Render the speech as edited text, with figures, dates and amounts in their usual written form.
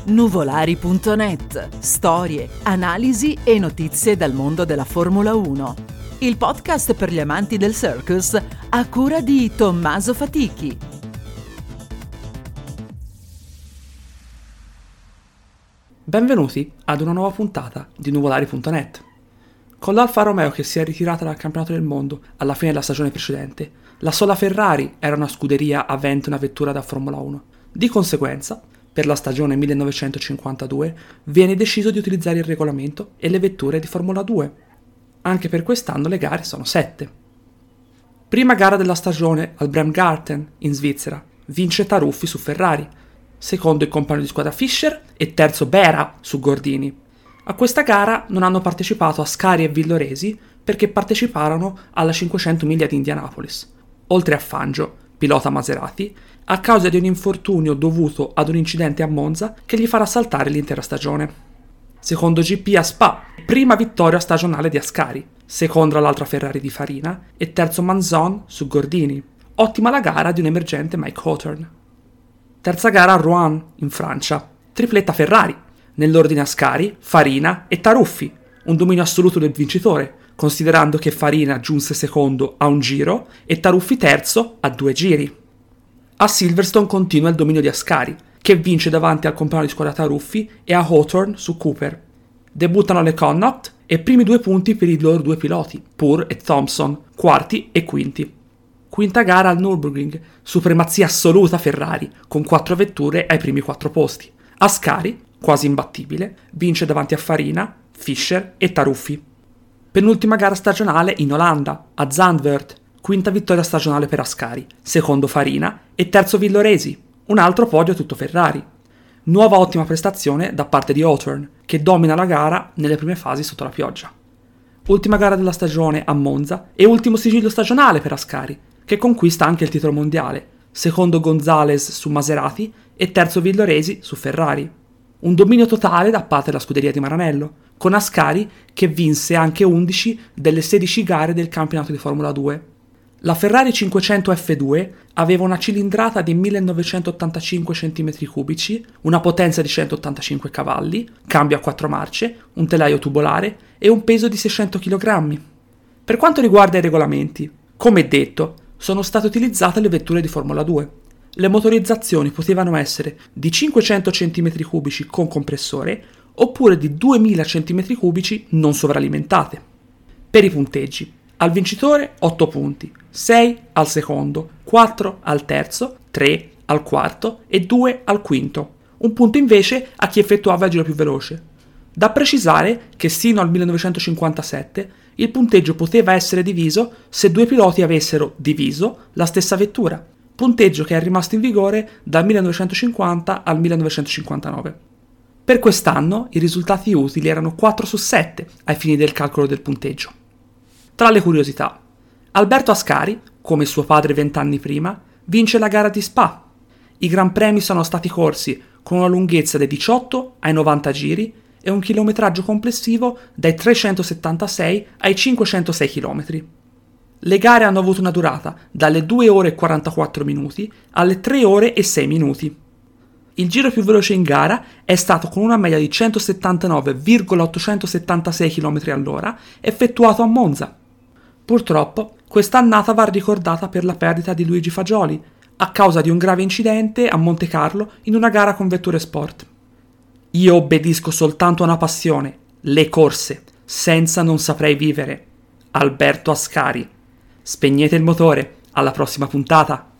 Nuvolari.net. Storie, analisi e notizie dal mondo della Formula 1. Il podcast per gli amanti del circus a cura di Tommaso Fatichi. Benvenuti ad una nuova puntata di Nuvolari.net. Con l'Alfa Romeo che si è ritirata dal campionato del mondo alla fine della stagione precedente, la sola Ferrari era una scuderia avente una vettura da Formula 1. Di conseguenza, per la stagione 1952 viene deciso di utilizzare il regolamento e le vetture di Formula 2. Anche per quest'anno le gare sono 7. Prima gara della stagione al Bremgarten in Svizzera, vince Taruffi su Ferrari, secondo il compagno di squadra Fischer e terzo Bera su Gordini. A questa gara non hanno partecipato Ascari e Villoresi perché parteciparono alla 500 miglia di Indianapolis, oltre a Fangio, pilota Maserati, a causa di un infortunio dovuto ad un incidente a Monza che gli farà saltare l'intera stagione. Secondo GP a Spa, prima vittoria stagionale di Ascari, seconda l'altra Ferrari di Farina e terzo Manzon su Gordini. Ottima la gara di un emergente Mike Hawthorne. Terza gara a Rouen, in Francia, tripletta Ferrari, nell'ordine Ascari, Farina e Taruffi, un dominio assoluto del vincitore, considerando che Farina giunse secondo a un giro e Taruffi terzo a 2 giri. A Silverstone continua il dominio di Ascari, che vince davanti al compagno di squadra Taruffi e a Hawthorne su Cooper. Debuttano le Connaught e primi 2 punti per i loro 2 piloti, Pur e Thompson, quarti e quinti. Quinta gara al Nürburgring, supremazia assoluta Ferrari, con 4 vetture ai primi 4 posti. Ascari, quasi imbattibile, vince davanti a Farina, Fischer e Taruffi. Penultima gara stagionale in Olanda, a Zandvoort, quinta vittoria stagionale per Ascari, secondo Farina e terzo Villoresi, un altro podio tutto Ferrari. Nuova ottima prestazione da parte di Hawthorne, che domina la gara nelle prime fasi sotto la pioggia. Ultima gara della stagione a Monza e ultimo sigillo stagionale per Ascari, che conquista anche il titolo mondiale, secondo Gonzalez su Maserati e terzo Villoresi su Ferrari. Un dominio totale da parte della scuderia di Maranello, con Ascari che vinse anche 11 delle 16 gare del campionato di Formula 2. La Ferrari 500 F2 aveva una cilindrata di 1985 cm3, una potenza di 185 cavalli, cambio a 4 marce, un telaio tubolare e un peso di 600 kg. Per quanto riguarda i regolamenti, come detto, sono state utilizzate le vetture di Formula 2. Le motorizzazioni potevano essere di 500 cm3 con compressore oppure di 2000 cm3 non sovralimentate. Per i punteggi, al vincitore 8 punti, 6 al secondo, 4 al terzo, 3 al quarto e 2 al quinto. Un punto invece a chi effettuava il giro più veloce. Da precisare che sino al 1957 il punteggio poteva essere diviso se 2 piloti avessero diviso la stessa vettura, punteggio che è rimasto in vigore dal 1950 al 1959. Per quest'anno i risultati utili erano 4 su 7 ai fini del calcolo del punteggio. Tra le curiosità, Alberto Ascari, come suo padre 20 anni prima, vince la gara di Spa. I Gran Premi sono stati corsi con una lunghezza dai 18 ai 90 giri e un chilometraggio complessivo dai 376 ai 506 km. Le gare hanno avuto una durata dalle 2 ore e 44 minuti alle 3 ore e 6 minuti. Il giro più veloce in gara è stato con una media di 179,876 km all'ora effettuato a Monza. Purtroppo, quest'annata va ricordata per la perdita di Luigi Fagioli, a causa di un grave incidente a Monte Carlo in una gara con vetture sport. Io obbedisco soltanto a una passione, le corse, senza non saprei vivere. Alberto Ascari. Spegnete il motore, alla prossima puntata!